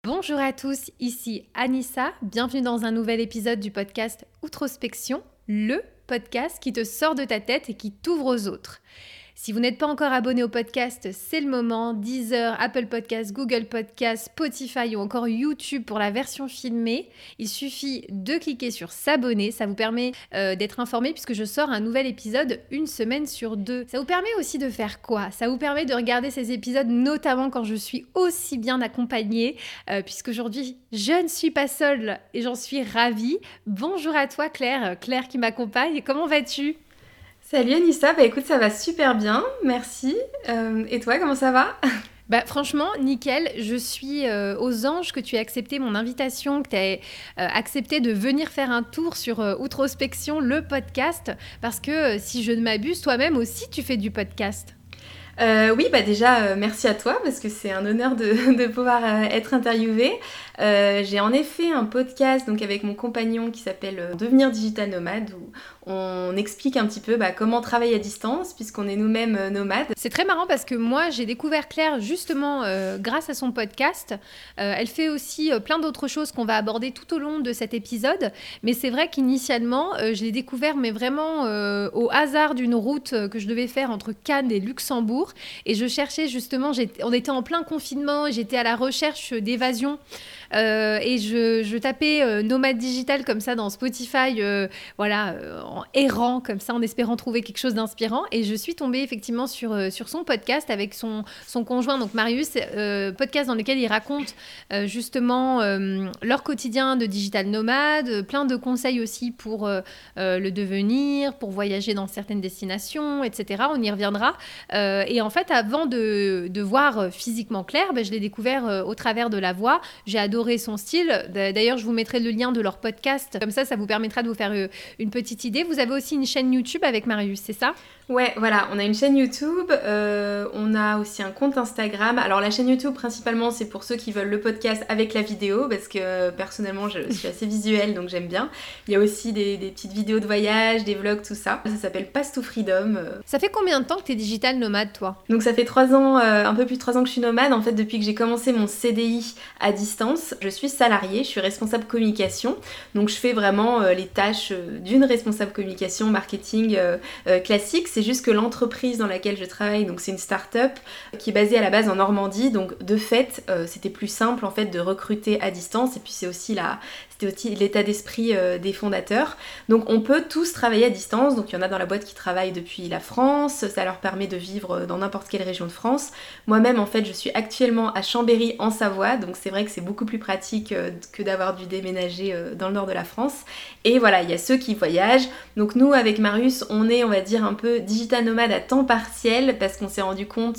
Bonjour à tous, ici Anissa, bienvenue dans un nouvel épisode du podcast Outrospection, le podcast qui te sort de ta tête et qui t'ouvre aux autres. Si vous n'êtes pas encore abonné au podcast, c'est le moment. Deezer, Apple Podcasts, Google Podcasts, Spotify ou encore YouTube pour la version filmée. Il suffit de cliquer sur s'abonner. Ça vous permet d'être informé puisque je sors un nouvel épisode une semaine sur 2. Ça vous permet aussi de faire quoi ? Ça vous permet de regarder ces épisodes notamment quand je suis aussi bien accompagnée puisqu'aujourd'hui, je ne suis pas seule et j'en suis ravie. Bonjour à toi Claire, Claire qui m'accompagne. Comment vas-tu ? Salut Anissa, écoute, ça va super bien, merci. Et toi, comment ça va ? Franchement, nickel. Je suis aux anges que tu aies accepté mon invitation, que tu aies accepté de venir faire un tour sur Outrospection, le podcast, parce que si je ne m'abuse, toi-même aussi, tu fais du podcast. Oui, déjà, merci à toi, parce que c'est un honneur de pouvoir être interviewée. J'ai en effet un podcast donc, avec mon compagnon qui s'appelle Devenir Digital Nomade, où on explique un petit peu comment travailler à distance, puisqu'on est nous-mêmes nomades. C'est très marrant parce que moi, j'ai découvert Claire justement grâce à son podcast. Elle fait aussi plein d'autres choses qu'on va aborder tout au long de cet épisode. Mais c'est vrai qu'initialement, je l'ai découvert mais vraiment au hasard d'une route que je devais faire entre Cannes et Luxembourg. Et je cherchais justement, on était en plein confinement, j'étais à la recherche d'évasion. Et je tapais nomade digital comme ça dans Spotify, en errant comme ça, en espérant trouver quelque chose d'inspirant. Et je suis tombée effectivement sur son podcast avec son conjoint, donc Marius, podcast dans lequel ils racontent justement leur quotidien de digital nomade, plein de conseils aussi pour le devenir, pour voyager dans certaines destinations, etc. On y reviendra. Et en fait, avant de voir physiquement Claire, je l'ai découvert au travers de la voix. J'ai adoré son style. D'ailleurs, je vous mettrai le lien de leur podcast. Comme ça vous permettra de vous faire une petite idée. Vous avez aussi une chaîne YouTube avec Marius, c'est ça ? Ouais, voilà, on a une chaîne YouTube, on a aussi un compte Instagram. Alors la chaîne YouTube, principalement, c'est pour ceux qui veulent le podcast avec la vidéo, parce que personnellement, je suis assez visuelle, donc j'aime bien. Il y a aussi des petites vidéos de voyage, des vlogs, tout ça. Ça s'appelle Path to Freedom. Ça fait combien de temps que t'es digital nomade, toi ? Donc ça fait 3 ans, un peu plus de 3 ans que je suis nomade. En fait, depuis que j'ai commencé mon CDI à distance, je suis salariée, je suis responsable communication. Donc je fais vraiment les tâches d'une responsable communication, marketing classique. C'est juste que l'entreprise dans laquelle je travaille, donc c'est une start-up qui est basée à la base en Normandie. Donc de fait, c'était plus simple en fait de recruter à distance. Et puis c'était aussi l'état d'esprit des fondateurs. Donc on peut tous travailler à distance. Donc il y en a dans la boîte qui travaillent depuis la France. Ça leur permet de vivre dans n'importe quelle région de France. Moi-même, en fait, je suis actuellement à Chambéry en Savoie. Donc c'est vrai que c'est beaucoup plus pratique que d'avoir dû déménager dans le nord de la France. Et voilà, il y a ceux qui voyagent. Donc nous, avec Marius, on va dire, un peu digital nomade à temps partiel parce qu'on s'est rendu compte,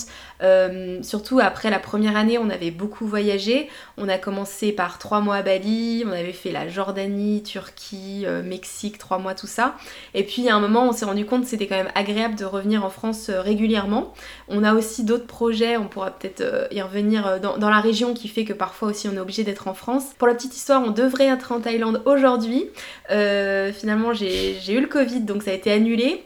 surtout après la première année, on avait beaucoup voyagé. On a commencé par 3 mois à Bali, on avait fait la Jordanie, Turquie, Mexique, 3 mois, tout ça. Et puis à un moment, on s'est rendu compte que c'était quand même agréable de revenir en France régulièrement. On a aussi d'autres projets, on pourra peut-être y revenir dans la région qui fait que parfois aussi on est obligé d'être en France. Pour la petite histoire, on devrait être en Thaïlande aujourd'hui. Finalement, j'ai eu le Covid, donc ça a été annulé.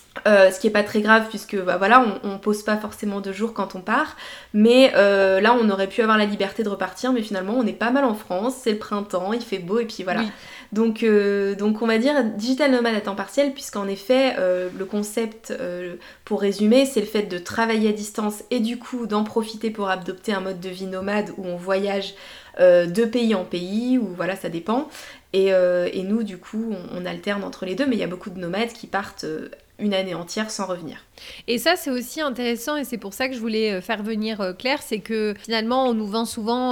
Ce qui est pas très grave puisque on pose pas forcément de jours quand on part, mais là on aurait pu avoir la liberté de repartir, mais finalement on est pas mal en France, c'est le printemps, il fait beau et puis voilà. Oui. Donc on va dire digital nomade à temps partiel, puisqu'en effet le concept, pour résumer, c'est le fait de travailler à distance et du coup d'en profiter pour adopter un mode de vie nomade où on voyage de pays en pays, ou voilà, ça dépend. Et nous du coup on alterne entre les deux, mais il y a beaucoup de nomades qui partent une année entière sans revenir. Et ça, c'est aussi intéressant et c'est pour ça que je voulais faire venir Claire, c'est que finalement, on nous vend souvent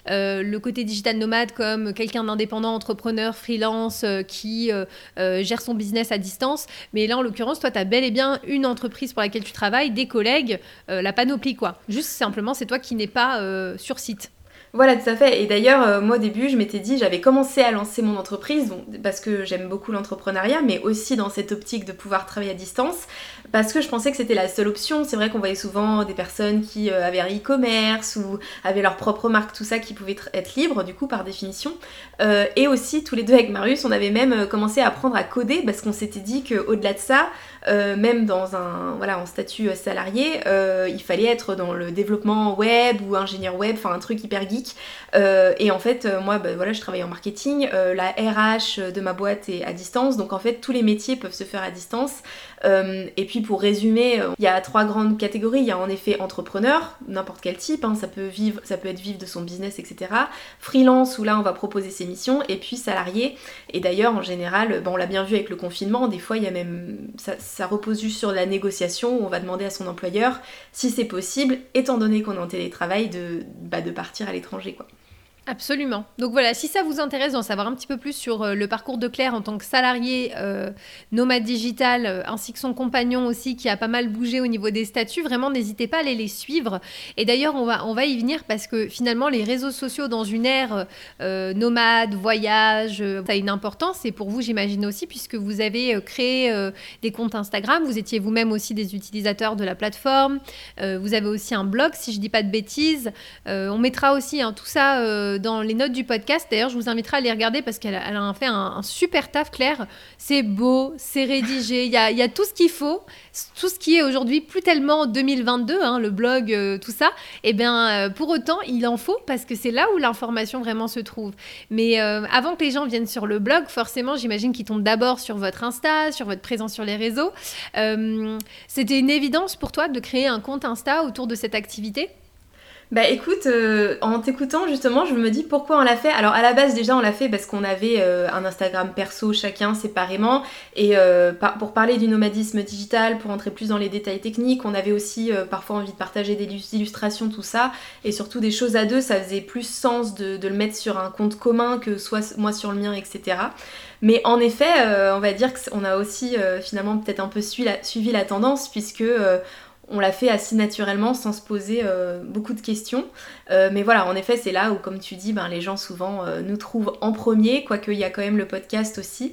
le côté digital nomade comme quelqu'un d'indépendant, entrepreneur, freelance, qui gère son business à distance. Mais là, en l'occurrence, toi, tu as bel et bien une entreprise pour laquelle tu travailles, des collègues, la panoplie, quoi. Juste simplement, c'est toi qui n'es pas sur site. Voilà, tout à fait. Et d'ailleurs, moi au début, je m'étais dit, j'avais commencé à lancer mon entreprise parce que j'aime beaucoup l'entrepreneuriat, mais aussi dans cette optique de pouvoir travailler à distance, parce que je pensais que c'était la seule option. C'est vrai qu'on voyait souvent des personnes qui avaient un e-commerce ou avaient leur propre marque, tout ça, qui pouvaient être libres, du coup, par définition. Et aussi, tous les deux avec Marius, on avait même commencé à apprendre à coder, parce qu'on s'était dit qu'au-delà de ça, même dans en statut salarié, il fallait être dans le développement web ou ingénieur web, enfin un truc hyper geek. geek. Et en fait, moi, voilà, je travaille en marketing. La RH de ma boîte est à distance. Donc en fait, tous les métiers peuvent se faire à distance. Et puis pour résumer, il y a 3 grandes catégories. Il y a en effet entrepreneur, n'importe quel type, ça peut être vivre de son business, etc. Freelance, où là on va proposer ses missions, et puis salarié. Et d'ailleurs en général, on l'a bien vu avec le confinement, des fois il y a même ça repose juste sur la négociation où on va demander à son employeur si c'est possible, étant donné qu'on est en télétravail, de partir à l'étranger, quoi. Absolument. Donc voilà, si ça vous intéresse d'en savoir un petit peu plus sur le parcours de Claire en tant que salariée nomade digital, ainsi que son compagnon aussi qui a pas mal bougé au niveau des statuts, vraiment n'hésitez pas à aller les suivre. Et d'ailleurs, on va y venir parce que finalement, les réseaux sociaux dans une ère nomade, voyage, ça a une importance. Et pour vous, j'imagine aussi, puisque vous avez créé des comptes Instagram, vous étiez vous-même aussi des utilisateurs de la plateforme, vous avez aussi un blog, si je dis pas de bêtises. On mettra aussi tout ça dans les notes du podcast. D'ailleurs, je vous inviterai à les regarder parce qu'elle a fait un super taf, Claire. C'est beau, c'est rédigé, il y a tout ce qu'il faut, tout ce qui est aujourd'hui plus tellement 2022, le blog, tout ça. Et bien, pour autant, il en faut parce que c'est là où l'information vraiment se trouve. Mais avant que les gens viennent sur le blog, forcément, j'imagine qu'ils tombent d'abord sur votre Insta, sur votre présence sur les réseaux. C'était une évidence pour toi de créer un compte Insta autour de cette activité ? Bah écoute, en t'écoutant justement, je me dis pourquoi on l'a fait. Alors à la base déjà on l'a fait parce qu'on avait un Instagram perso chacun séparément et pour parler du nomadisme digital, pour entrer plus dans les détails techniques, on avait aussi parfois envie de partager des illustrations, tout ça, et surtout des choses à deux, ça faisait plus sens de le mettre sur un compte commun que soit moi sur le mien, etc. Mais en effet, on va dire qu'on a aussi finalement peut-être un peu suivi la tendance puisque on l'a fait assez naturellement sans se poser beaucoup de questions. Mais voilà, en effet, c'est là où, comme tu dis, les gens souvent nous trouvent en premier, quoique il y a quand même le podcast aussi.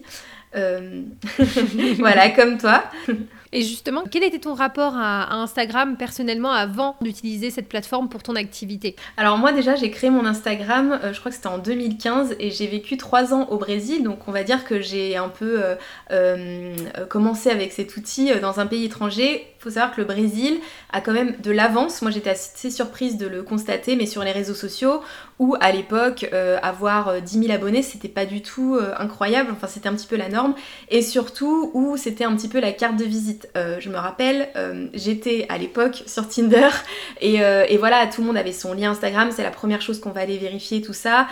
Voilà, comme toi. Et justement, quel était ton rapport à Instagram personnellement avant d'utiliser cette plateforme pour ton activité ? Alors moi déjà, j'ai créé mon Instagram, je crois que c'était en 2015 et j'ai vécu 3 ans au Brésil. Donc on va dire que j'ai un peu commencé avec cet outil dans un pays étranger. Il faut savoir que le Brésil a quand même de l'avance. Moi j'étais assez surprise de le constater, mais sur les réseaux sociaux, où à l'époque, avoir 10 000 abonnés, c'était pas du tout incroyable. Enfin, c'était un petit peu la norme. Et surtout, où c'était un petit peu la carte de visite. Je me rappelle, j'étais à l'époque sur Tinder et voilà, tout le monde avait son lien Instagram, c'est la première chose qu'on va aller vérifier, tout ça.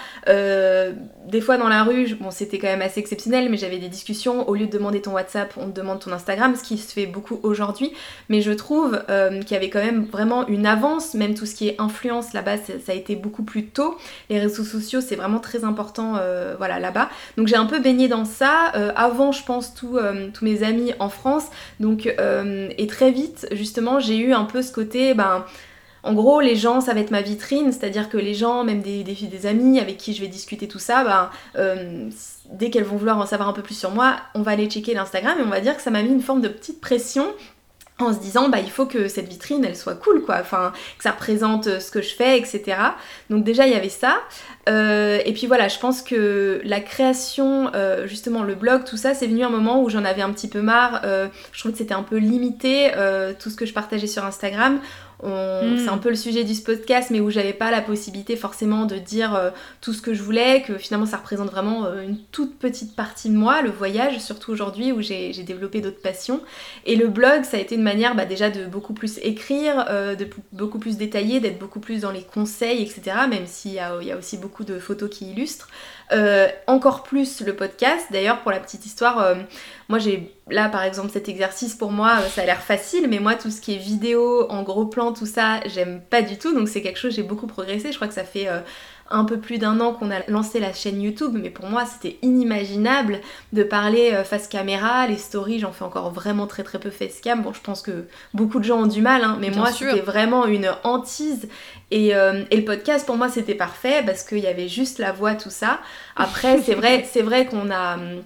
Des fois dans la rue, bon, c'était quand même assez exceptionnel, mais j'avais des discussions, au lieu de demander ton WhatsApp, on te demande ton Instagram, ce qui se fait beaucoup aujourd'hui, mais je trouve qu'il y avait quand même vraiment une avance, même tout ce qui est influence là-bas, ça a été beaucoup plus tôt. Les réseaux sociaux, c'est vraiment très important voilà, là-bas. Donc j'ai un peu baigné dans ça, avant je pense tous mes amis en France, donc et très vite justement j'ai eu un peu ce côté en gros les gens ça va être ma vitrine, c'est-à-dire que les gens, même des amis avec qui je vais discuter tout ça, dès qu'elles vont vouloir en savoir un peu plus sur moi, on va aller checker l'Instagram et on va dire que ça m'a mis une forme de petite pression en se disant il faut que cette vitrine elle soit cool quoi, enfin que ça représente ce que je fais, etc. Donc déjà il y avait ça, et puis voilà, je pense que la création, justement le blog, tout ça, c'est venu un moment où j'en avais un petit peu marre, je trouvais que c'était un peu limité tout ce que je partageais sur Instagram. C'est un peu le sujet du podcast, mais où j'avais pas la possibilité forcément de dire tout ce que je voulais, que finalement ça représente vraiment une toute petite partie de moi, le voyage, surtout aujourd'hui où j'ai développé d'autres passions. Et le blog, ça a été une manière déjà de beaucoup plus écrire, de beaucoup plus détailler, d'être beaucoup plus dans les conseils, etc. Même s'il y a aussi beaucoup de photos qui illustrent. Encore plus le podcast. D'ailleurs, pour la petite histoire, moi j'ai là par exemple cet exercice, pour moi ça a l'air facile, mais moi tout ce qui est vidéo en gros plan, tout ça j'aime pas du tout, donc c'est quelque chose, j'ai beaucoup progressé. Je crois que ça fait un peu plus d'1 an qu'on a lancé la chaîne YouTube, mais pour moi c'était inimaginable de parler face caméra. Les stories, j'en fais encore vraiment très très peu facecam. Bon, je pense que beaucoup de gens ont du mal, mais bien moi sûr. C'était vraiment une hantise. Et le podcast pour moi c'était parfait parce qu'il y avait juste la voix, tout ça. Après c'est vrai qu'on a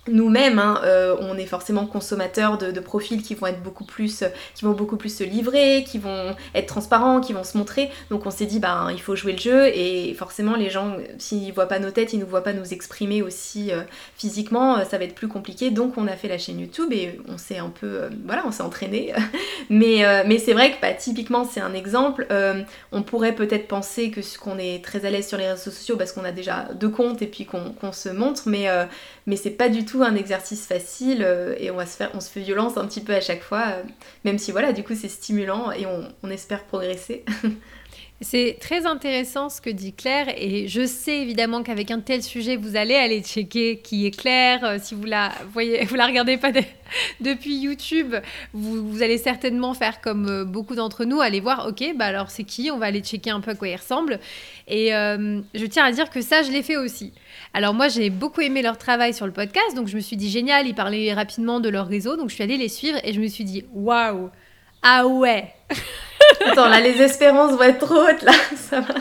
nous-mêmes, on est forcément consommateurs de profils qui vont être beaucoup plus se livrer, qui vont être transparents, qui vont se montrer. Donc on s'est dit, il faut jouer le jeu, et forcément les gens, s'ils voient pas nos têtes, ils nous voient pas nous exprimer aussi physiquement, ça va être plus compliqué. Donc on a fait la chaîne YouTube et on s'est un peu, on s'est entraîné. mais c'est vrai que typiquement c'est un exemple. On pourrait peut-être penser qu'on est très à l'aise sur les réseaux sociaux parce qu'on a déjà 2 comptes et puis qu'on se montre, mais c'est pas du tout un exercice facile, et on se fait violence un petit peu à chaque fois, même si du coup c'est stimulant et on espère progresser. C'est très intéressant ce que dit Claire, et je sais évidemment qu'avec un tel sujet, vous allez aller checker qui est Claire. Si vous la regardez pas depuis YouTube, vous allez certainement faire comme beaucoup d'entre nous, aller voir, ok, alors c'est qui ? On va aller checker un peu à quoi il ressemble. Et je tiens à dire que ça, je l'ai fait aussi. Alors moi, j'ai beaucoup aimé leur travail sur le podcast, donc je me suis dit génial, ils parlaient rapidement de leur réseau, donc je suis allée les suivre et je me suis dit waouh, ah ouais. Attends, là, les espérances vont être trop hautes, là, ça va.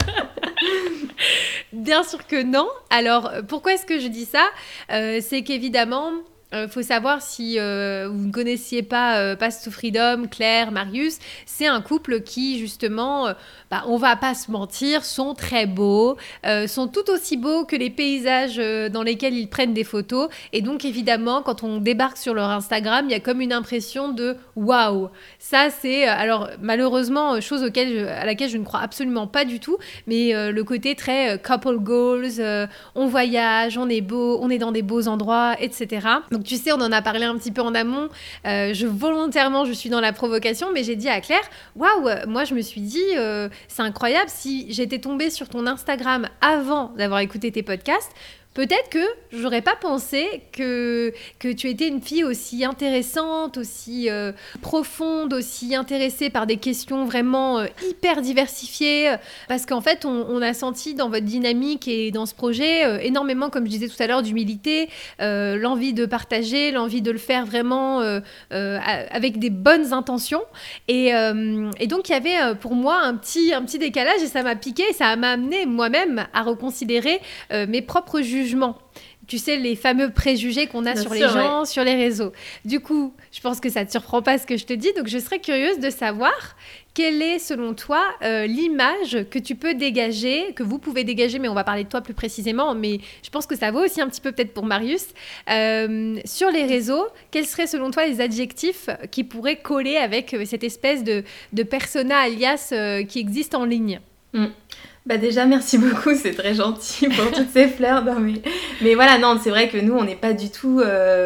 Bien sûr que non. Alors, pourquoi est-ce que je dis ça ? C'est qu'évidemment, faut savoir si vous ne connaissiez pas Path to Freedom, Claire, Marius, c'est un couple qui, justement, on va pas se mentir, sont très beaux, sont tout aussi beaux que les paysages dans lesquels ils prennent des photos. Et donc, évidemment, quand on débarque sur leur Instagram, il y a comme une impression de waouh. Ça, c'est, alors, malheureusement, chose à laquelle je ne crois absolument pas du tout, mais le côté très couple goals, on voyage, on est beau, on est dans des beaux endroits, etc. Donc, tu sais, on en a parlé un petit peu en amont. Volontairement, je suis dans la provocation, mais j'ai dit à Claire, waouh, moi, je me suis dit, c'est incroyable, si j'étais tombée sur ton Instagram avant d'avoir écouté tes podcasts, peut-être que j'aurais pas pensé que tu étais une fille aussi intéressante, aussi profonde, aussi intéressée par des questions vraiment hyper diversifiées. Parce qu'en fait, on a senti dans votre dynamique et dans ce projet énormément, comme je disais tout à l'heure, d'humilité, l'envie de partager, l'envie de le faire vraiment avec des bonnes intentions. Et donc, il y avait pour moi un petit décalage, et ça m'a piqué, et ça m'a amené moi-même à reconsidérer mes propres jugements. Tu sais, les fameux préjugés qu'on a sur les gens, sur les réseaux. Du coup, je pense que ça ne te surprend pas ce que je te dis. Donc, je serais curieuse de savoir quelle est, selon toi, l'image que tu peux dégager, que vous pouvez dégager, mais on va parler de toi plus précisément. Mais je pense que ça vaut aussi un petit peu peut-être pour Marius. Sur les réseaux, quels seraient, selon toi, les adjectifs qui pourraient coller avec cette espèce de persona alias qui existe en ligne ? Déjà, merci beaucoup, c'est très gentil pour toutes ces fleurs. Non, mais voilà, non, c'est vrai que nous, on n'est pas du tout...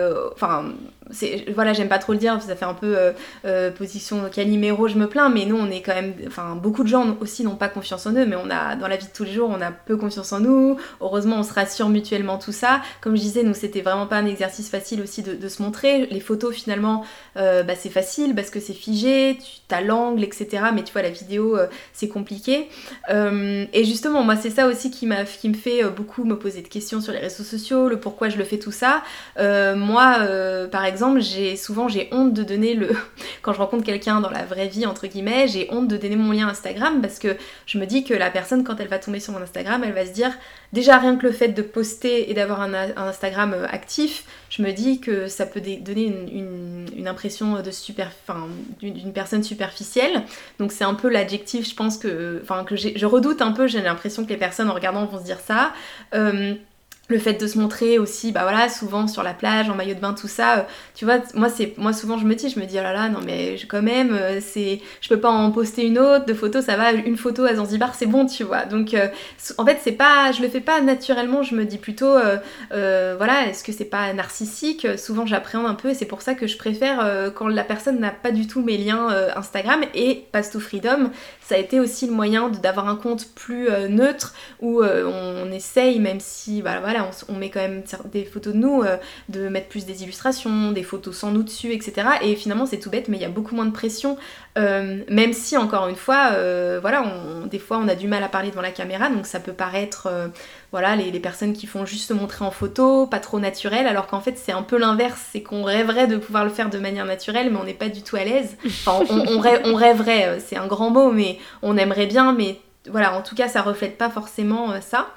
j'aime pas trop le dire, ça fait un peu position Calimero, je me plains, mais nous, on est quand même... beaucoup de gens aussi n'ont pas confiance en eux, mais dans la vie de tous les jours, on a peu confiance en nous. Heureusement, on se rassure mutuellement, tout ça. Comme je disais, nous, c'était vraiment pas un exercice facile aussi de se montrer. Les photos, finalement, c'est facile parce que c'est figé, tu as l'angle, etc. Mais tu vois, la vidéo, c'est compliqué. Et justement, moi, c'est ça aussi qui me fait beaucoup me poser de questions sur les réseaux sociaux, le pourquoi je le fais tout ça. Moi, par exemple, j'ai honte de donner quand je rencontre quelqu'un dans la vraie vie, entre guillemets, j'ai honte de donner mon lien Instagram parce que je me dis que la personne, quand elle va tomber sur mon Instagram, elle va se dire, déjà rien que le fait de poster et d'avoir un Instagram actif, je me dis que ça peut donner une impression d'une personne superficielle. Donc c'est un peu l'adjectif, je pense que je redoute un peu, j'ai l'impression que les personnes en regardant vont se dire ça. Le fait de se montrer aussi, souvent sur la plage, en maillot de bain, tout ça, tu vois, moi souvent je me dis, oh là là, non mais quand même, je peux pas en poster une autre de photo, ça va, une photo à Zanzibar, c'est bon, tu vois. Donc, en fait, je le fais pas naturellement, je me dis plutôt, est-ce que c'est pas narcissique ? Souvent j'appréhende un peu, et c'est pour ça que je préfère quand la personne n'a pas du tout mes liens Instagram. Et Path to Freedom, ça a été aussi le moyen d'avoir un compte plus neutre, où on essaye, même si, on met quand même des photos de nous, de mettre plus des illustrations, des photos sans nous dessus, etc. Et finalement, c'est tout bête, mais il y a beaucoup moins de pression, même si, encore une fois, des fois, on a du mal à parler devant la caméra, donc ça peut paraître, les personnes qui font juste se montrer en photo, pas trop naturel, alors qu'en fait, c'est un peu l'inverse, c'est qu'on rêverait de pouvoir le faire de manière naturelle, mais on n'est pas du tout à l'aise. Enfin, on rêverait, c'est un grand mot, mais on aimerait bien, mais voilà, en tout cas, ça reflète pas forcément ça.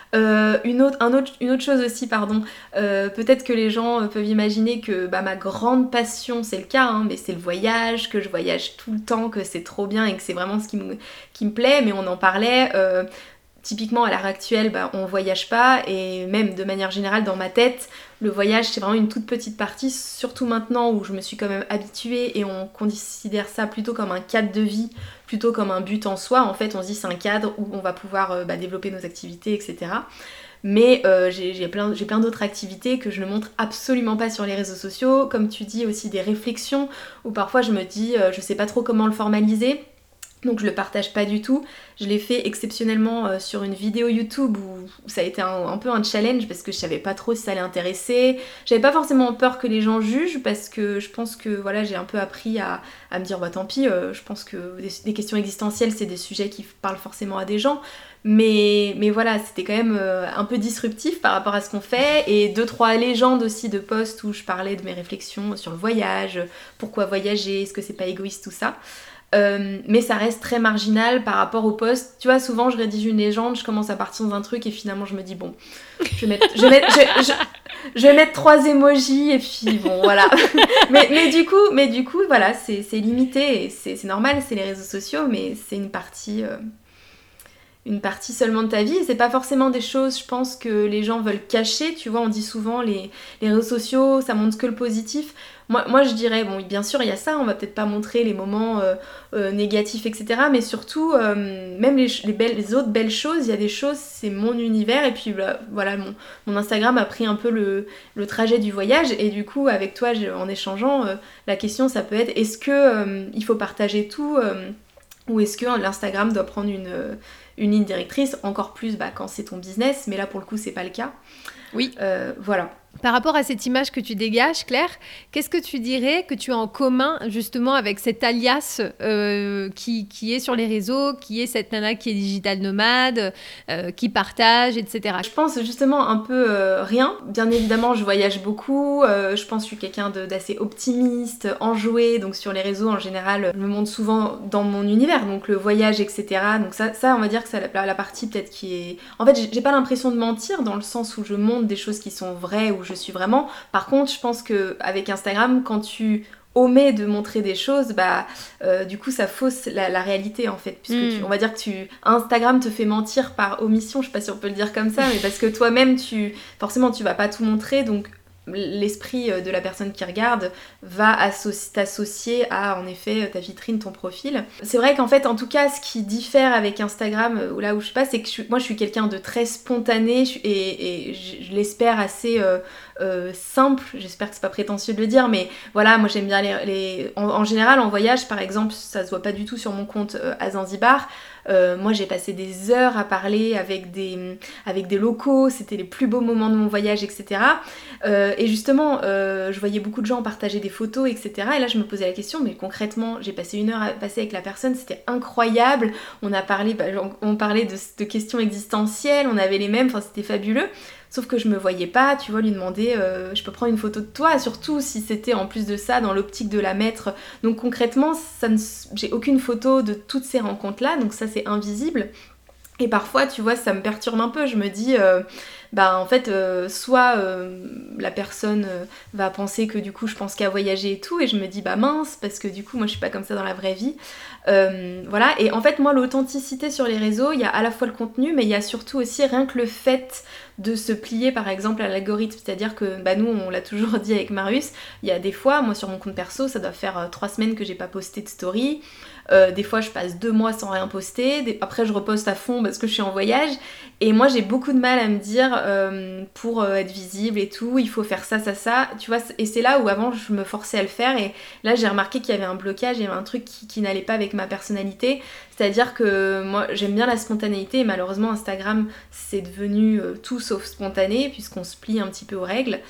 Une autre chose aussi, pardon, peut-être que les gens peuvent imaginer que ma grande passion, c'est le cas, hein, mais c'est le voyage, que je voyage tout le temps, que c'est trop bien et que c'est vraiment ce qui me plaît, mais on en parlait. Typiquement à l'heure actuelle, on voyage pas, et même de manière générale dans ma tête, le voyage c'est vraiment une toute petite partie, surtout maintenant où je me suis quand même habituée et on considère ça plutôt comme un cadre de vie, plutôt comme un but en soi. En fait on se dit c'est un cadre où on va pouvoir développer nos activités, etc. Mais j'ai plein d'autres activités que je ne montre absolument pas sur les réseaux sociaux, comme tu dis aussi des réflexions, où parfois je me dis je sais pas trop comment le formaliser. Donc je le partage pas du tout. Je l'ai fait exceptionnellement sur une vidéo YouTube où ça a été un peu un challenge parce que je savais pas trop si ça allait intéresser. J'avais pas forcément peur que les gens jugent parce que je pense que voilà, j'ai un peu appris à me dire tant pis, je pense que des questions existentielles c'est des sujets qui parlent forcément à des gens. Mais voilà, c'était quand même un peu disruptif par rapport à ce qu'on fait, et 2-3 légendes aussi de posts où je parlais de mes réflexions sur le voyage, pourquoi voyager, est-ce que c'est pas égoïste, tout ça. Mais ça reste très marginal par rapport au post. Tu vois, souvent je rédige une légende, je commence à partir dans un truc et finalement je me dis bon, je vais mettre 3 emojis et puis bon voilà. mais du coup voilà, c'est limité et c'est normal, c'est les réseaux sociaux, mais c'est une partie seulement de ta vie, et c'est pas forcément des choses, je pense, que les gens veulent cacher. Tu vois, on dit souvent les réseaux sociaux ça montre que le positif. Moi je dirais, bon bien sûr il y a ça, on va peut-être pas montrer les moments négatifs, etc. Mais surtout, même les autres belles choses, il y a des choses, c'est mon univers, et puis voilà, mon Instagram a pris un peu le trajet du voyage, et du coup avec toi en échangeant, la question ça peut être, est-ce que il faut partager tout, ou est-ce que l'Instagram doit prendre une ligne directrice, encore plus quand c'est ton business, mais là pour le coup c'est pas le cas. Oui. Voilà. Par rapport à cette image que tu dégages, Claire, qu'est-ce que tu dirais que tu as en commun justement avec cet alias qui est sur les réseaux, qui est cette nana qui est digital nomade, qui partage, etc. Je pense justement un peu rien. Bien évidemment, je voyage beaucoup. Je pense que je suis quelqu'un d'assez optimiste, enjoué. Donc sur les réseaux, en général, je me montre souvent dans mon univers. Donc le voyage, etc. Donc ça on va dire que c'est la partie peut-être qui est... En fait, j'ai pas l'impression de mentir dans le sens où je montre des choses qui sont vraies, où je suis vraiment. Par contre, je pense qu'avec Instagram, quand tu omets de montrer des choses, du coup ça fausse la réalité en fait, puisque on va dire que Instagram te fait mentir par omission, je sais pas si on peut le dire comme ça, mais parce que toi-même forcément tu vas pas tout montrer, donc l'esprit de la personne qui regarde va t'associer à en effet ta vitrine, ton profil. C'est vrai qu'en fait, en tout cas, ce qui diffère avec Instagram, là où je passe, c'est que moi je suis quelqu'un de très spontané et je l'espère assez simple. J'espère que c'est pas prétentieux de le dire, mais voilà, moi j'aime bien en général en voyage par exemple, ça se voit pas du tout sur mon compte à Zanzibar. Moi j'ai passé des heures à parler avec des locaux, c'était les plus beaux moments de mon voyage, etc. Et justement je voyais beaucoup de gens partager des photos, etc. Et là je me posais la question, mais concrètement j'ai passé 1 heure à passer avec la personne, c'était incroyable, on parlait de questions existentielles, on avait les mêmes, enfin c'était fabuleux. Sauf que je me voyais pas, tu vois, lui demander je peux prendre une photo de toi, surtout si c'était en plus de ça dans l'optique de la mettre. Donc concrètement, j'ai aucune photo de toutes ces rencontres-là, donc ça c'est invisible. Et parfois, tu vois, ça me perturbe un peu, je me dis... en fait, soit la personne va penser que du coup je pense qu'à voyager et tout, et je me dis mince, parce que du coup moi je suis pas comme ça dans la vraie vie. Voilà, et en fait moi l'authenticité sur les réseaux, il y a à la fois le contenu, mais il y a surtout aussi rien que le fait de se plier par exemple à l'algorithme, c'est-à-dire que nous on l'a toujours dit avec Marius, il y a des fois, moi sur mon compte perso, ça doit faire 3 semaines que j'ai pas posté de story. Des fois je passe 2 mois sans rien poster, après je reposte à fond parce que je suis en voyage, et moi j'ai beaucoup de mal à me dire pour être visible et tout, il faut faire ça, tu vois, et c'est là où avant je me forçais à le faire, et là j'ai remarqué qu'il y avait un blocage, il y avait un truc qui n'allait pas avec ma personnalité, c'est-à-dire que moi j'aime bien la spontanéité, et malheureusement Instagram c'est devenu tout sauf spontané puisqu'on se plie un petit peu aux règles.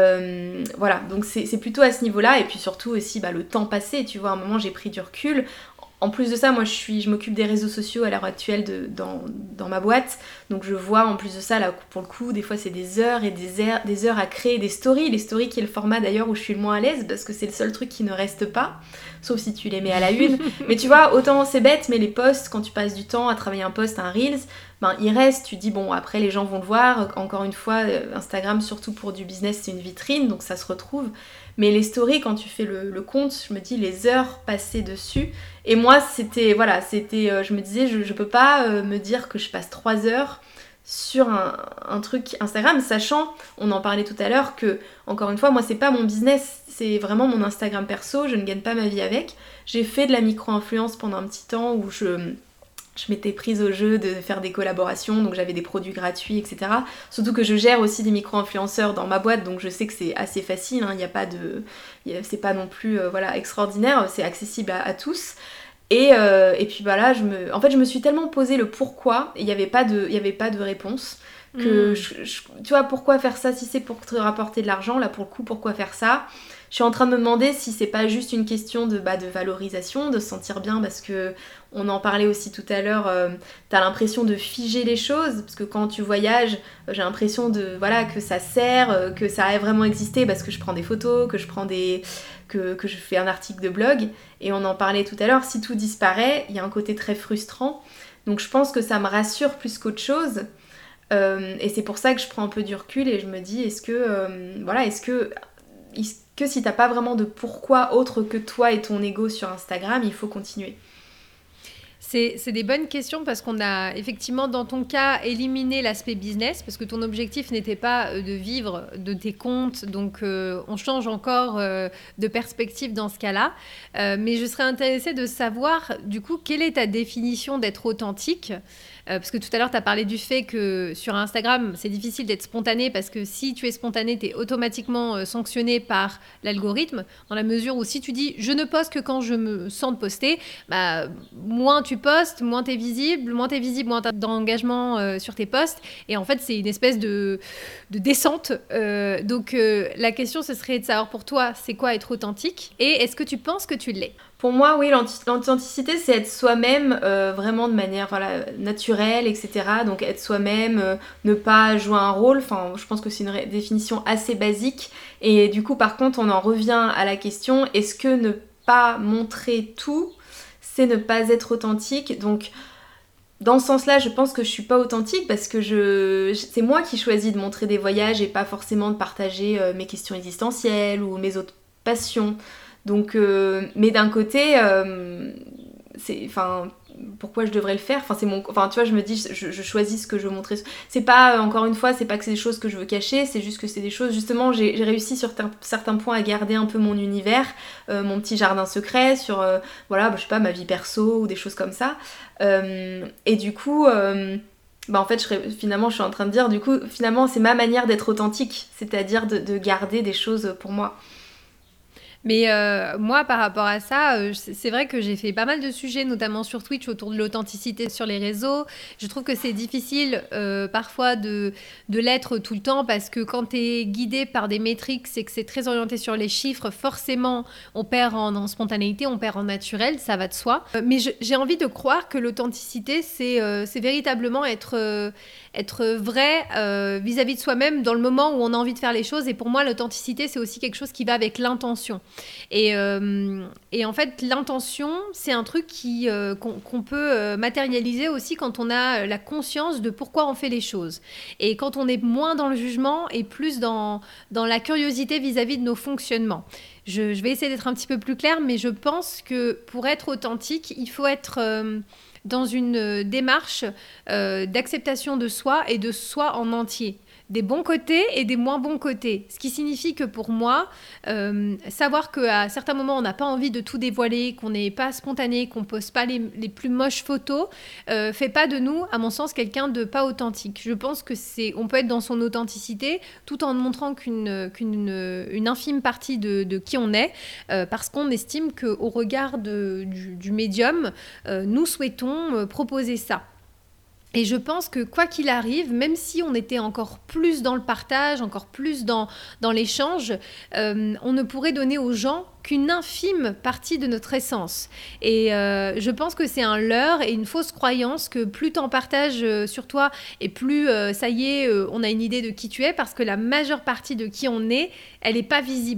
Voilà, donc c'est plutôt à ce niveau-là, et puis surtout aussi le temps passé, tu vois, à un moment j'ai pris du recul. En plus de ça, moi je m'occupe des réseaux sociaux à l'heure actuelle dans ma boîte, donc je vois en plus de ça, là pour le coup, des fois c'est des heures et des heures à créer des stories, les stories qui est le format d'ailleurs où je suis le moins à l'aise, parce que c'est le seul truc qui ne reste pas, sauf si tu les mets à la une. Mais tu vois, autant c'est bête, mais les posts, quand tu passes du temps à travailler un post, un Reels, il reste, tu dis bon après les gens vont le voir, encore une fois Instagram surtout pour du business c'est une vitrine donc ça se retrouve, mais les stories quand tu fais le compte, je me dis les heures passées dessus, et moi c'était je me disais je peux pas me dire que je passe 3 heures sur un truc Instagram, sachant, on en parlait tout à l'heure, que, encore une fois, moi c'est pas mon business, c'est vraiment mon Instagram perso, je ne gagne pas ma vie avec. J'ai fait de la micro-influence pendant un petit temps où je m'étais prise au jeu de faire des collaborations, donc j'avais des produits gratuits, etc. Surtout que je gère aussi des micro-influenceurs dans ma boîte, donc je sais que c'est assez facile, hein, c'est pas non plus extraordinaire, c'est accessible à tous. Et puis voilà, je me suis tellement posé le pourquoi, et il n'y avait pas de réponse, que tu vois, pourquoi faire ça si c'est pour te rapporter de l'argent, là pour le coup, pourquoi faire ça? Je suis en train de me demander si c'est pas juste une question de valorisation, de se sentir bien, parce que on en parlait aussi tout à l'heure, t'as l'impression de figer les choses, parce que quand tu voyages, j'ai l'impression que ça sert, que ça a vraiment existé, parce que je prends des photos, que je fais un article de blog, et on en parlait tout à l'heure, si tout disparaît, il y a un côté très frustrant, donc je pense que ça me rassure plus qu'autre chose, et c'est pour ça que je prends un peu du recul, et je me dis, est-ce que si t'as pas vraiment de pourquoi autre que toi et ton ego sur Instagram, il faut continuer? C'est des bonnes questions parce qu'on a effectivement, dans ton cas, éliminé l'aspect business parce que ton objectif n'était pas de vivre de tes comptes. Donc, on change encore de perspective dans ce cas-là. Mais je serais intéressée de savoir, du coup, quelle est ta définition d'être authentique ? Parce que tout à l'heure, tu as parlé du fait que sur Instagram, c'est difficile d'être spontané parce que si tu es spontané, tu es automatiquement sanctionné par l'algorithme, dans la mesure où si tu dis « je ne poste que quand je me sens de poster », moins tu postes, moins tu es visible, moins tu as d'engagement sur tes posts. Et en fait, c'est une espèce de descente. Donc, la question, ce serait de savoir pour toi, c'est quoi être authentique ? Et est-ce que tu penses que tu l'es ? Pour moi, oui, l'authenticité, c'est être soi-même vraiment de manière naturelle, etc. Donc être soi-même, ne pas jouer un rôle. Enfin, je pense que c'est une définition assez basique. Et du coup, par contre, on en revient à la question, est-ce que ne pas montrer tout, c'est ne pas être authentique ? Donc, dans ce sens-là, je pense que je suis pas authentique parce que c'est moi qui choisis de montrer des voyages et pas forcément de partager mes questions existentielles ou mes autres passions. Donc, mais d'un côté, pourquoi je devrais le faire ? Tu vois, je me dis, je choisis ce que je veux montrer. C'est pas, encore une fois, c'est pas que c'est des choses que je veux cacher, c'est juste que c'est des choses, justement, j'ai réussi sur certains points à garder un peu mon univers, mon petit jardin secret, sur, je sais pas, ma vie perso ou des choses comme ça. Et du coup... en fait, finalement, je suis en train de dire, du coup, finalement, c'est ma manière d'être authentique, c'est-à-dire de garder des choses pour moi. Mais moi, par rapport à ça, c'est vrai que j'ai fait pas mal de sujets, notamment sur Twitch, autour de l'authenticité sur les réseaux. Je trouve que c'est difficile parfois de l'être tout le temps parce que quand tu es guidé par des métriques, c'est que c'est très orienté sur les chiffres. Forcément, on perd en spontanéité, on perd en naturel, ça va de soi. Mais j'ai envie de croire que l'authenticité, c'est véritablement être vrai vis-à-vis de soi-même dans le moment où on a envie de faire les choses. Et pour moi, l'authenticité, c'est aussi quelque chose qui va avec l'intention. Et en fait, l'intention, c'est un truc qu'on peut matérialiser aussi quand on a la conscience de pourquoi on fait les choses. Et quand on est moins dans le jugement et plus dans la curiosité vis-à-vis de nos fonctionnements. Je vais essayer d'être un petit peu plus claire, mais je pense que pour être authentique, il faut être... dans une démarche d'acceptation de soi et de soi en entier. Des bons côtés et des moins bons côtés. Ce qui signifie que pour moi, savoir qu'à certains moments, on n'a pas envie de tout dévoiler, qu'on n'est pas spontané, qu'on ne pose pas les plus moches photos, fait pas de nous, à mon sens, quelqu'un de pas authentique. Je pense que on peut être dans son authenticité tout en montrant qu'une infime partie de qui on est, parce qu'on estime qu'au regard du médium, nous souhaitons proposer ça. Et je pense que quoi qu'il arrive, même si on était encore plus dans le partage, encore plus dans l'échange, on ne pourrait donner aux gens qu'une infime partie de notre essence. Et je pense que c'est un leurre et une fausse croyance que plus t'en partages sur toi et plus, ça y est, on a une idée de qui tu es, parce que la majeure partie de qui on est, elle n'est pas visible.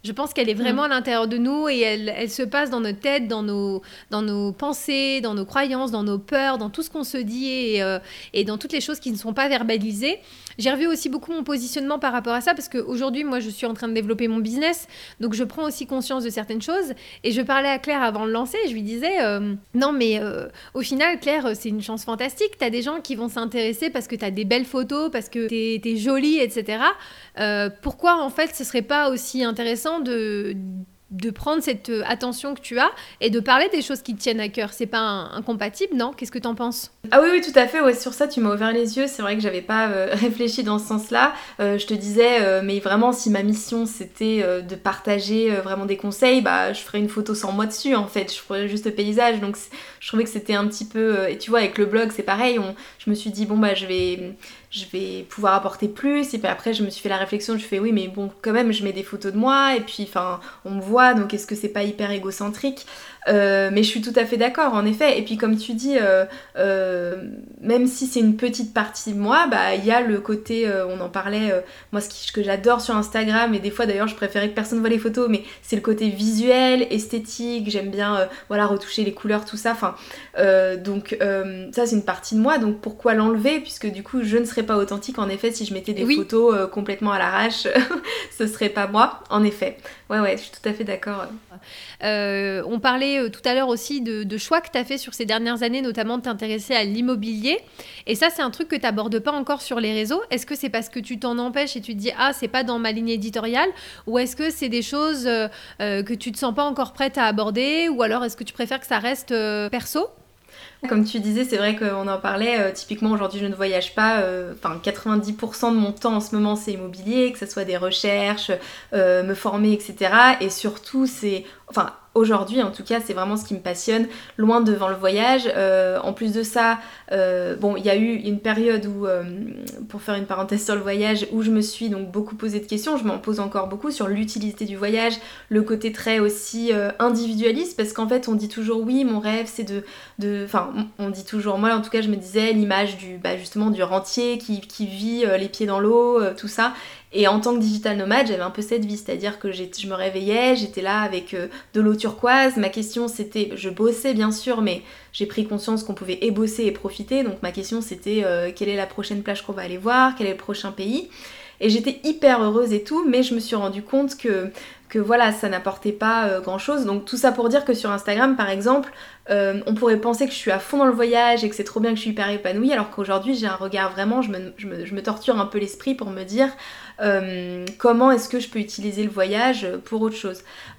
Je pense qu'elle est vraiment à l'intérieur de nous et elle se passe dans notre tête, dans nos pensées, dans nos croyances, dans nos peurs, dans tout ce qu'on se dit et dans toutes les choses qui ne sont pas verbalisées. J'ai revu aussi beaucoup mon positionnement par rapport à ça parce qu'aujourd'hui, moi, je suis en train de développer mon business. Donc, je prends aussi conscience de certaines choses. Et je parlais à Claire avant de lancer. Je lui disais, non, mais au final, Claire, c'est une chance fantastique. Tu as des gens qui vont s'intéresser parce que tu as des belles photos, parce que tu es jolie, etc. Pourquoi, en fait, ce serait pas aussi intéressant de prendre cette attention que tu as et de parler des choses qui te tiennent à cœur. C'est pas incompatible, non? Qu'est-ce que t'en penses? Ah oui, tout à fait, ouais, sur ça tu m'as ouvert les yeux, c'est vrai que j'avais pas réfléchi dans ce sens-là. Je te disais, mais vraiment si ma mission c'était de partager vraiment des conseils, bah je ferais une photo sans moi dessus en fait, je ferais juste le paysage, donc je trouvais que c'était un petit peu... et tu vois avec le blog c'est pareil, je me suis dit bon bah je vais pouvoir apporter plus, et puis après je me suis fait la réflexion, je fais oui mais bon quand même je mets des photos de moi, et puis enfin on me voit, donc est-ce que c'est pas hyper égocentrique? Mais je suis tout à fait d'accord en effet, et puis comme tu dis, même si c'est une petite partie de moi, bah il y a le côté, on en parlait, moi ce que j'adore sur Instagram, et des fois d'ailleurs je préférais que personne voit les photos, mais c'est le côté visuel, esthétique, j'aime bien voilà retoucher les couleurs, tout ça, enfin donc ça c'est une partie de moi, donc pourquoi l'enlever, puisque du coup je ne serais pas authentique en effet si je mettais des photos complètement à l'arrache, ce serait pas moi en effet. Ouais, je suis tout à fait d'accord. On parlait tout à l'heure aussi de choix que tu as fait sur ces dernières années, notamment de t'intéresser à l'immobilier. Et ça, c'est un truc que tu n'abordes pas encore sur les réseaux. Est-ce que c'est parce que tu t'en empêches et tu te dis « Ah, c'est pas dans ma ligne éditoriale » ou est-ce que c'est des choses que tu te sens pas encore prête à aborder, ou alors est-ce que tu préfères que ça reste perso ? Comme tu disais, c'est vrai qu'on en parlait, typiquement aujourd'hui je ne voyage pas, 90% de mon temps en ce moment c'est immobilier, que ce soit des recherches, me former, etc. Et surtout aujourd'hui en tout cas c'est vraiment ce qui me passionne, loin devant le voyage. En plus de ça, il y a eu une période où, pour faire une parenthèse sur le voyage, où je me suis donc beaucoup posé de questions, je m'en pose encore beaucoup sur l'utilité du voyage, le côté très aussi individualiste, parce qu'en fait on dit toujours oui mon rêve c'est on dit toujours, moi en tout cas je me disais l'image justement du rentier qui vit les pieds dans l'eau, tout ça. Et en tant que digital nomade, j'avais un peu cette vie, c'est-à-dire que je me réveillais, j'étais là avec de l'eau turquoise. Ma question c'était, je bossais bien sûr, mais j'ai pris conscience qu'on pouvait et bosser et profiter. Donc ma question c'était quelle est la prochaine plage qu'on va aller voir, quel est le prochain pays. Et j'étais hyper heureuse et tout, mais je me suis rendu compte que voilà, ça n'apportait pas grand chose. Donc tout ça pour dire que sur Instagram par exemple, on pourrait penser que je suis à fond dans le voyage et que c'est trop bien, que je suis hyper épanouie, alors qu'aujourd'hui j'ai un regard vraiment, je me torture un peu l'esprit pour me dire comment est-ce que je peux utiliser le voyage pour autre chose,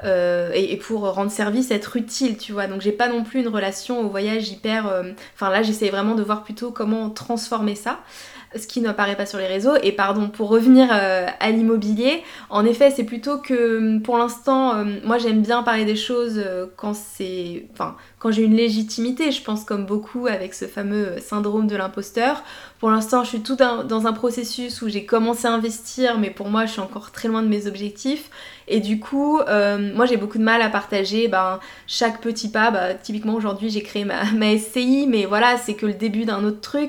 et pour rendre service, être utile, tu vois. Donc j'ai pas non plus une relation au voyage hyper... là j'essaie vraiment de voir plutôt comment transformer ça, ce qui n'apparaît pas sur les réseaux. Et pardon, pour revenir à l'immobilier, en effet c'est plutôt que pour l'instant moi j'aime bien parler des choses quand j'ai une légitimité, je pense comme beaucoup avec ce fameux syndrome de l'imposteur. Pour l'instant je suis tout dans un processus où j'ai commencé à investir, mais pour moi je suis encore très loin de mes objectifs. Et du coup, moi j'ai beaucoup de mal à partager chaque petit pas. Typiquement aujourd'hui j'ai créé ma SCI, mais voilà, c'est que le début d'un autre truc,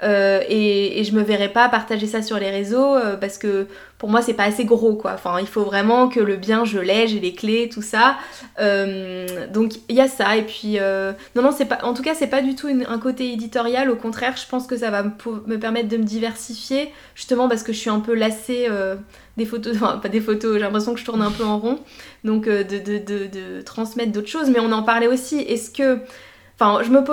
et je me verrais pas partager ça sur les réseaux parce que pour moi c'est pas assez gros quoi. Enfin il faut vraiment que le bien je l'ai, j'ai les clés, tout ça. Donc il y a ça, et puis non c'est pas, en tout cas c'est pas du tout un côté éditorial, au contraire je pense que ça va me permettre de me diversifier, justement parce que je suis un peu lassée des photos, pas des photos, j'ai l'impression que je tourne un peu en rond, donc de transmettre d'autres choses. Mais on en parlait aussi, est-ce que... je me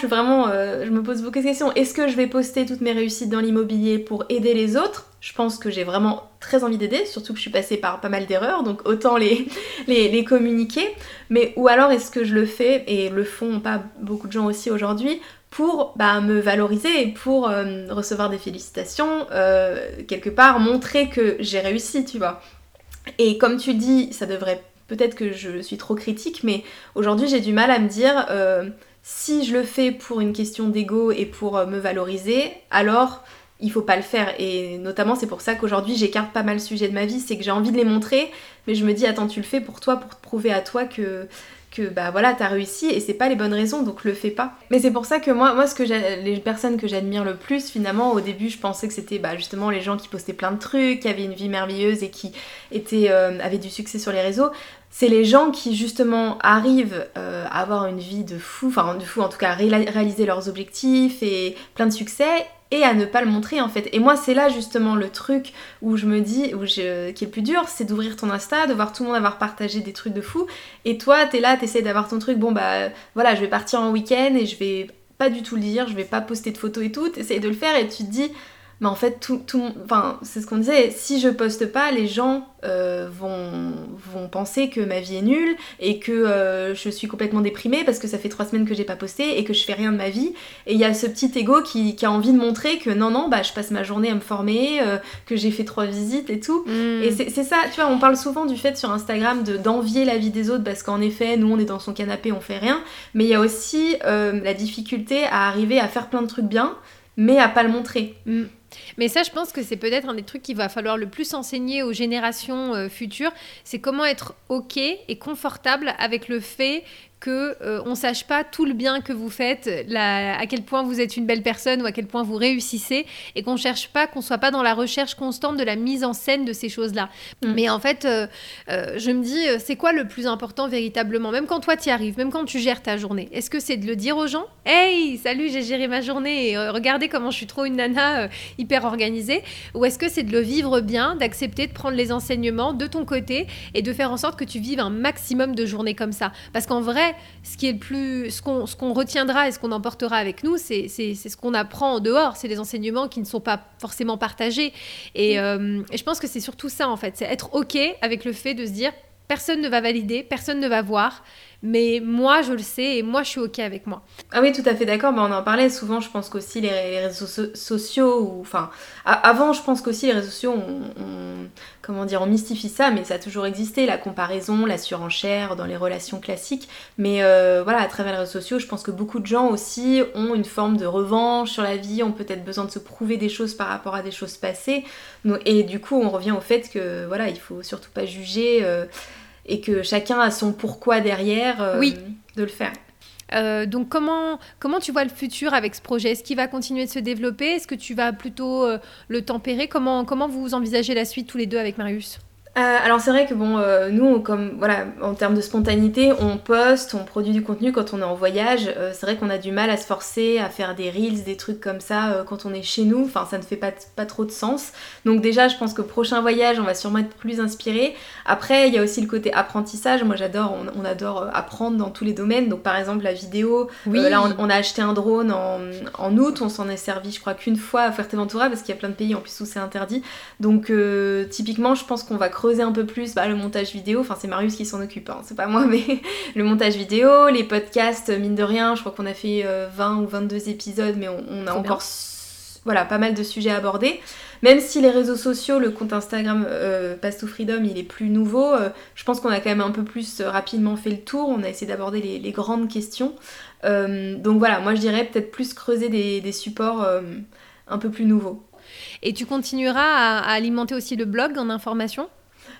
pose beaucoup de questions. Est-ce que je vais poster toutes mes réussites dans l'immobilier pour aider les autres ? Je pense que j'ai vraiment très envie d'aider, surtout que je suis passée par pas mal d'erreurs, donc autant les communiquer. Mais ou alors est-ce que je le fais, et le font pas beaucoup de gens aussi aujourd'hui, pour me valoriser et pour recevoir des félicitations, quelque part montrer que j'ai réussi, tu vois. Et comme tu dis, ça devrait... Peut-être que je suis trop critique, mais aujourd'hui j'ai du mal à me dire si je le fais pour une question d'ego et pour me valoriser, alors il faut pas le faire. Et notamment, c'est pour ça qu'aujourd'hui, j'écarte pas mal le sujet de ma vie, c'est que j'ai envie de les montrer, mais je me dis, attends, tu le fais pour toi, pour te prouver à toi que bah voilà, t'as réussi, et c'est pas les bonnes raisons, donc le fais pas. Mais c'est pour ça que moi les personnes que j'admire le plus, finalement, au début, je pensais que c'était justement les gens qui postaient plein de trucs, qui avaient une vie merveilleuse et qui avaient du succès sur les réseaux. C'est les gens qui justement arrivent à avoir une vie de fou, en tout cas à réaliser leurs objectifs et plein de succès, et à ne pas le montrer en fait. Et moi c'est là justement le truc où je me dis, qui est le plus dur, c'est d'ouvrir ton Insta, de voir tout le monde avoir partagé des trucs de fou, et toi t'es là, t'essayes d'avoir ton truc, bon bah voilà, je vais partir en week-end et je vais pas du tout le dire, je vais pas poster de photos et tout, t'essayes de le faire et tu te dis, mais en fait c'est ce qu'on disait, si je poste pas, les gens vont penser que ma vie est nulle et que je suis complètement déprimée parce que ça fait 3 semaines que j'ai pas posté et que je fais rien de ma vie, et il y a ce petit ego qui a envie de montrer que non, je passe ma journée à me former, que j'ai fait 3 visites et tout. Et c'est ça, tu vois, on parle souvent du fait sur Instagram d'envier la vie des autres, parce qu'en effet nous on est dans son canapé, on fait rien, mais il y a aussi la difficulté à arriver à faire plein de trucs bien mais à pas le montrer. Mais ça, je pense que c'est peut-être un des trucs qu'il va falloir le plus enseigner aux générations futures, c'est comment être OK et confortable avec le fait qu'on ne sache pas tout le bien que vous faites, à quel point vous êtes une belle personne ou à quel point vous réussissez, et qu'on ne soit pas dans la recherche constante de la mise en scène de ces choses-là. Mais en fait, je me dis, c'est quoi le plus important véritablement? Même quand toi t'y arrives, même quand tu gères ta journée, est-ce que c'est de le dire aux gens? Hey, salut, j'ai géré ma journée, et regardez comment je suis trop une nana hyper organisée. Ou est-ce que c'est de le vivre bien, d'accepter de prendre les enseignements de ton côté et de faire en sorte que tu vives un maximum de journées comme ça? Parce qu'en vrai, ce qu'on retiendra et ce qu'on emportera avec nous, c'est ce qu'on apprend en dehors, c'est les enseignements qui ne sont pas forcément partagés. Et je pense que c'est surtout ça en fait, c'est être OK avec le fait de se dire personne ne va valider, personne ne va voir, mais moi je le sais et moi je suis OK avec moi. Ah oui, tout à fait d'accord, on en parlait souvent, je pense qu'aussi les réseaux sociaux, avant je pense qu'aussi les réseaux sociaux on mystifie ça, mais ça a toujours existé, la comparaison, la surenchère dans les relations classiques, mais voilà, à travers les réseaux sociaux, je pense que beaucoup de gens aussi ont une forme de revanche sur la vie, ont peut-être besoin de se prouver des choses par rapport à des choses passées, et du coup on revient au fait que voilà, il faut surtout pas juger, et que chacun a son pourquoi derrière de le faire. Donc comment tu vois le futur avec ce projet? Est-ce qu'il va continuer de se développer? Est-ce que tu vas plutôt le tempérer? Comment vous envisagez la suite tous les deux avec Marius? Alors c'est vrai que nous, en termes de spontanéité, on poste, on produit du contenu quand on est en voyage. C'est vrai qu'on a du mal à se forcer à faire des reels, des trucs comme ça quand on est chez nous. Enfin, ça ne fait pas trop de sens. Donc déjà, je pense que prochain voyage, on va sûrement être plus inspiré. Après, il y a aussi le côté apprentissage. Moi, on adore apprendre dans tous les domaines. Donc par exemple, la vidéo. Oui. Là, on a acheté un drone en août. On s'en est servi, je crois, qu'une fois à Fuerteventura parce qu'il y a plein de pays en plus où c'est interdit. Donc typiquement, je pense qu'on va creuser un peu plus le montage vidéo, enfin c'est Marius qui s'en occupe, c'est pas moi, mais le montage vidéo, les podcasts, mine de rien, je crois qu'on a fait 20 ou 22 épisodes, mais on a encore pas mal de sujets à aborder. Même si les réseaux sociaux, le compte Instagram Path to Freedom, il est plus nouveau, je pense qu'on a quand même un peu plus rapidement fait le tour, on a essayé d'aborder les grandes questions. Donc voilà, moi je dirais peut-être plus creuser des supports un peu plus nouveaux. Et tu continueras à alimenter aussi le blog en information?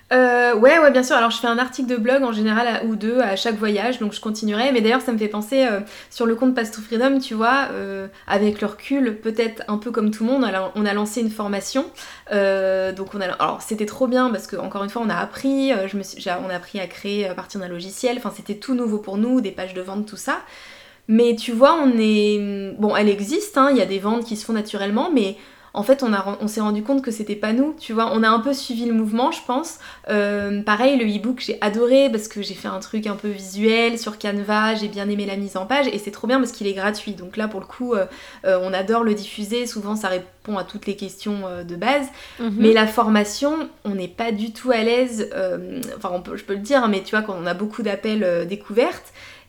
Ouais, bien sûr. Alors, je fais un article de blog en général ou deux à chaque voyage, donc je continuerai. Mais d'ailleurs, ça me fait penser sur le compte Path to Freedom, tu vois, avec le recul, peut-être un peu comme tout le monde, on a lancé une formation. Donc, alors, c'était trop bien parce que encore une fois, on a appris. On a appris à créer à partir d'un logiciel. Enfin, c'était tout nouveau pour nous, des pages de vente, tout ça. Mais tu vois, elle existe. Il y a des ventes qui se font naturellement, mais en fait, on s'est rendu compte que c'était pas nous, tu vois. On a un peu suivi le mouvement, je pense. Pareil, le e-book, j'ai adoré parce que j'ai fait un truc un peu visuel sur Canva, j'ai bien aimé la mise en page et c'est trop bien parce qu'il est gratuit. Donc là, pour le coup, on adore le diffuser. Souvent, ça répond à toutes les questions de base. Mais la formation, on n'est pas du tout à l'aise. Je peux le dire, mais tu vois, quand on a beaucoup d'appels découvertes,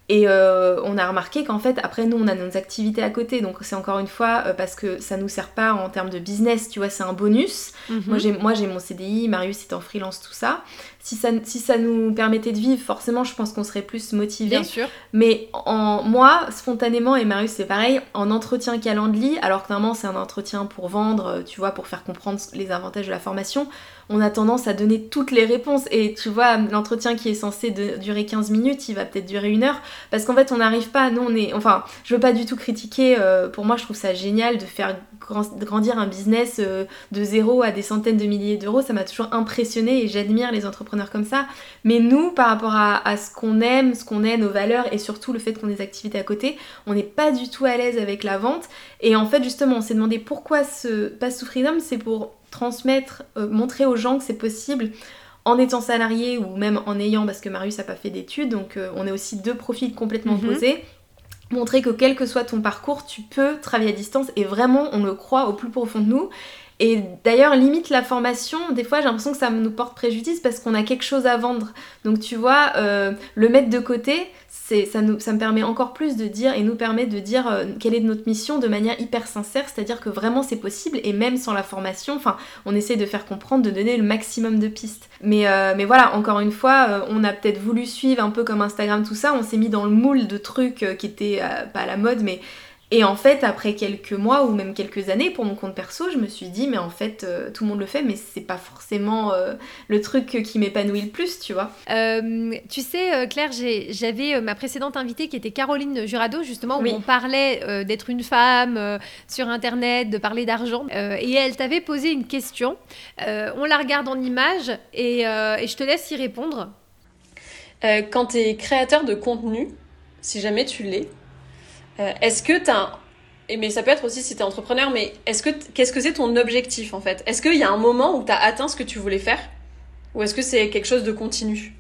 Et on a remarqué qu'en fait, après nous, on a nos activités à côté, donc c'est encore une fois parce que ça nous sert pas en termes de business, tu vois, c'est un bonus. Moi, j'ai mon CDI, Marius est en freelance, tout ça. Si ça nous permettait de vivre, forcément, je pense qu'on serait plus motivés. Bien sûr. Mais moi, spontanément, et Marius c'est pareil, en entretien Calendly, alors que normalement c'est un entretien pour vendre, tu vois, pour faire comprendre les avantages de la formation, on a tendance à donner toutes les réponses. Et tu vois, l'entretien qui est censé durer 15 minutes, il va peut-être durer 1 heure, parce qu'en fait on n'arrive pas, nous on est... Enfin, je veux pas du tout critiquer, pour moi je trouve ça génial de faire grandir un business de 0 à des centaines de milliers d'euros, ça m'a toujours impressionnée et j'admire les entrepreneurs comme ça. Mais nous, par rapport à ce qu'on aime, nos valeurs et surtout le fait qu'on ait des activités à côté, on n'est pas du tout à l'aise avec la vente. Et en fait, justement, on s'est demandé pourquoi ce Path to Freedom, c'est pour transmettre, montrer aux gens que c'est possible en étant salarié ou même en ayant, parce que Marius n'a pas fait d'études, donc on est aussi 2 profils complètement opposés. Montrer que quel que soit ton parcours, tu peux travailler à distance et vraiment, on le croit au plus profond de nous. Et d'ailleurs, limite la formation, des fois j'ai l'impression que ça nous porte préjudice parce qu'on a quelque chose à vendre. Donc tu vois, le mettre de côté, ça me permet encore plus de dire et nous permet de dire quelle est notre mission de manière hyper sincère, c'est-à-dire que vraiment c'est possible et même sans la formation, enfin on essaie de faire comprendre, de donner le maximum de pistes. Mais voilà, encore une fois, on a peut-être voulu suivre un peu comme Instagram, tout ça, on s'est mis dans le moule de trucs qui étaient pas à la mode, mais... Et en fait, après quelques mois ou même quelques années, pour mon compte perso, je me suis dit, mais en fait, tout le monde le fait, mais c'est pas forcément le truc qui m'épanouit le plus, tu vois. Tu sais, Claire, j'avais ma précédente invitée qui était Caroline Jurado, justement, où on parlait d'être une femme sur Internet, de parler d'argent. Et elle t'avait posé une question. On la regarde en image et je te laisse y répondre. Quand tu es créateur de contenu, si jamais tu l'es, est-ce que mais ça peut être aussi si t'es entrepreneur, mais qu'est-ce que c'est ton objectif en fait? Est-ce qu'il y a un moment où t'as atteint ce que tu voulais faire? Ou est-ce que c'est quelque chose de continu?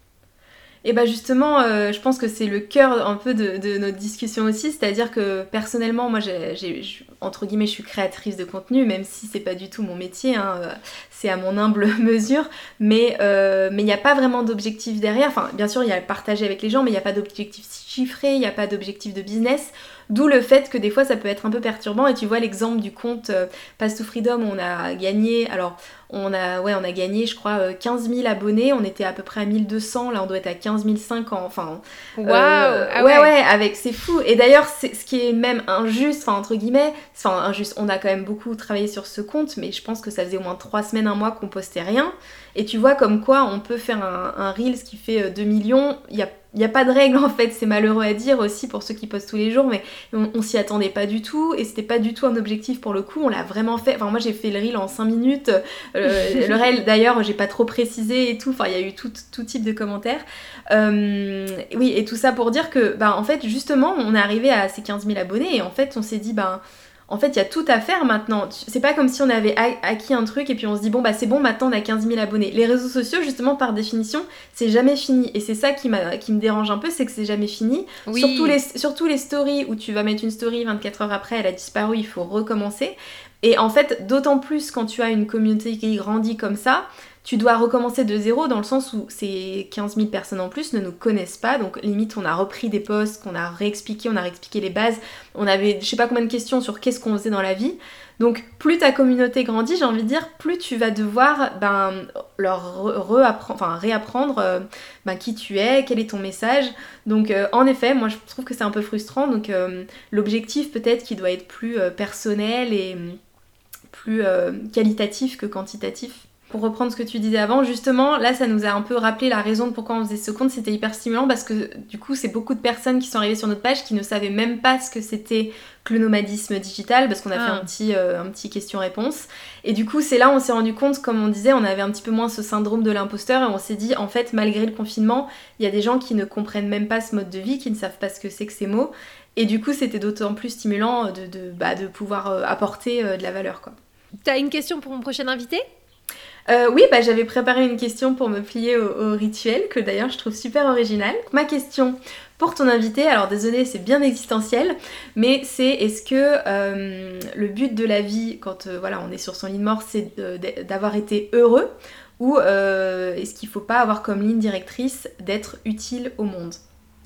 Et bah justement, je pense que c'est le cœur un peu de notre discussion aussi, c'est-à-dire que personnellement, moi, entre guillemets, je suis créatrice de contenu, même si c'est pas du tout mon métier, hein, c'est à mon humble mesure, mais il n'y a pas vraiment d'objectif derrière. Enfin, bien sûr, il y a le partager avec les gens, mais il n'y a pas d'objectif chiffré, il n'y a pas d'objectif de business. D'où le fait que des fois ça peut être un peu perturbant. Et tu vois l'exemple du compte Path to Freedom, on a gagné, alors on a gagné je crois 15 000 abonnés, on était à peu près à 1200, là on doit être à 15 500, enfin... Waouh, ouais, c'est fou. Et d'ailleurs, ce qui est même injuste, enfin entre guillemets, injuste, on a quand même beaucoup travaillé sur ce compte, mais je pense que ça faisait au moins 3 semaines, 1 mois qu'on postait rien. Et tu vois comme quoi on peut faire un Reels qui fait 2 millions, il n'y a pas de règle en fait, c'est malheureux à dire aussi pour ceux qui postent tous les jours, mais on s'y attendait pas du tout et c'était pas du tout un objectif pour le coup, on l'a vraiment fait, enfin moi j'ai fait le Reel en 5 minutes, le Reel d'ailleurs j'ai pas trop précisé et tout, enfin il y a eu tout type de commentaires. Oui, et tout ça pour dire que en fait justement on est arrivé à ces 15 000 abonnés et en fait on s'est dit en fait, il y a tout à faire maintenant. C'est pas comme si on avait acquis un truc et puis on se dit c'est bon, maintenant on a 15 000 abonnés. Les réseaux sociaux, justement, par définition, c'est jamais fini. Et c'est ça qui me dérange un peu, c'est que c'est jamais fini. Oui. Surtout les stories où tu vas mettre une story 24 heures après, elle a disparu, il faut recommencer. Et en fait, d'autant plus quand tu as une communauté qui grandit comme ça, tu dois recommencer de zéro dans le sens où ces 15 000 personnes en plus ne nous connaissent pas, donc limite on a repris des posts, on a réexpliqué les bases, on avait je sais pas combien de questions sur qu'est-ce qu'on faisait dans la vie, donc plus ta communauté grandit, j'ai envie de dire, plus tu vas devoir leur réapprendre qui tu es, quel est ton message, donc en effet moi je trouve que c'est un peu frustrant, donc l'objectif peut-être qui doit être plus personnel et plus qualitatif que quantitatif. Pour reprendre ce que tu disais avant, justement, là ça nous a un peu rappelé la raison de pourquoi on faisait ce compte, c'était hyper stimulant parce que du coup c'est beaucoup de personnes qui sont arrivées sur notre page qui ne savaient même pas ce que c'était que le nomadisme digital parce qu'on a fait un petit question-réponse et du coup c'est là où on s'est rendu compte, comme on disait, on avait un petit peu moins ce syndrome de l'imposteur et on s'est dit en fait malgré le confinement, il y a des gens qui ne comprennent même pas ce mode de vie, qui ne savent pas ce que c'est que ces mots et du coup c'était d'autant plus stimulant de pouvoir apporter de la valeur quoi. T'as une question pour mon prochain invité ? Oui, j'avais préparé une question pour me plier au rituel, que d'ailleurs je trouve super original. Ma question pour ton invité, alors désolée c'est bien existentiel, mais c'est est-ce que le but de la vie quand on est sur son lit de mort c'est d'avoir été heureux ou est-ce qu'il faut pas avoir comme ligne directrice d'être utile au monde ?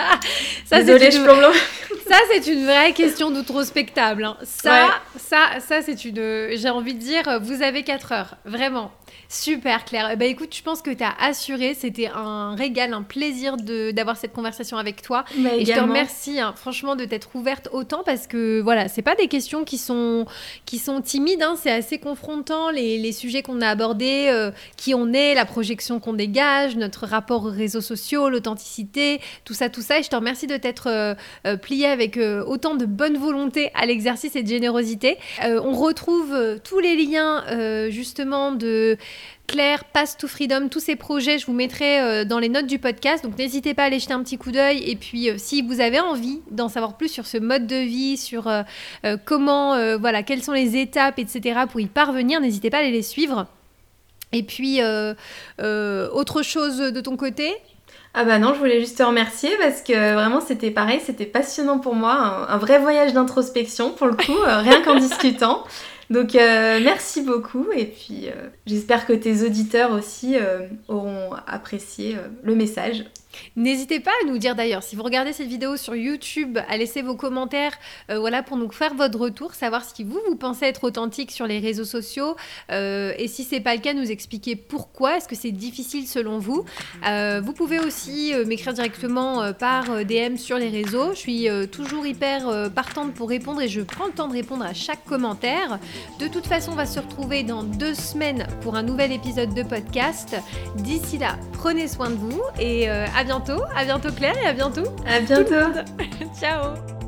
Désolée, je plombe. Ça, c'est une vraie question d'outrospectable. Hein. Ça, c'est une... J'ai envie de dire, vous avez 4 heures. Vraiment. Super, Claire. Bah, écoute, je pense que tu as assuré. C'était un régal, un plaisir d'avoir cette conversation avec toi. Mais et je te remercie, franchement, de t'être ouverte autant parce que, voilà, c'est pas des questions qui sont timides. Hein. C'est assez confrontant, les sujets qu'on a abordés, qui on est, la projection qu'on dégage, notre rapport aux réseaux sociaux, l'authenticité, tout ça. Et je te remercie de t'être pliée avec autant de bonne volonté à l'exercice et de générosité. On retrouve tous les liens, justement, de Claire, Path to Freedom, tous ces projets, je vous mettrai dans les notes du podcast. Donc, n'hésitez pas à aller jeter un petit coup d'œil. Et puis, si vous avez envie d'en savoir plus sur ce mode de vie, sur comment, quelles sont les étapes, etc., pour y parvenir, n'hésitez pas à aller les suivre. Et puis, autre chose de ton côté ? Ah bah non, je voulais juste te remercier parce que vraiment c'était pareil, c'était passionnant pour moi, un vrai voyage d'introspection pour le coup, rien qu'en discutant. Donc merci beaucoup et puis j'espère que tes auditeurs aussi auront apprécié le message. N'hésitez pas à nous dire d'ailleurs, si vous regardez cette vidéo sur YouTube, à laisser vos commentaires pour nous faire votre retour, savoir ce qui vous pensez être authentique sur les réseaux sociaux et si c'est pas le cas, nous expliquer pourquoi, est-ce que c'est difficile selon vous. Vous pouvez aussi m'écrire directement par DM sur les réseaux, je suis toujours hyper partante pour répondre et je prends le temps de répondre à chaque commentaire. De toute façon, on va se retrouver dans 2 semaines pour un nouvel épisode de podcast. D'ici là, prenez soin de vous et à bientôt Claire et à bientôt. À bientôt. Ciao.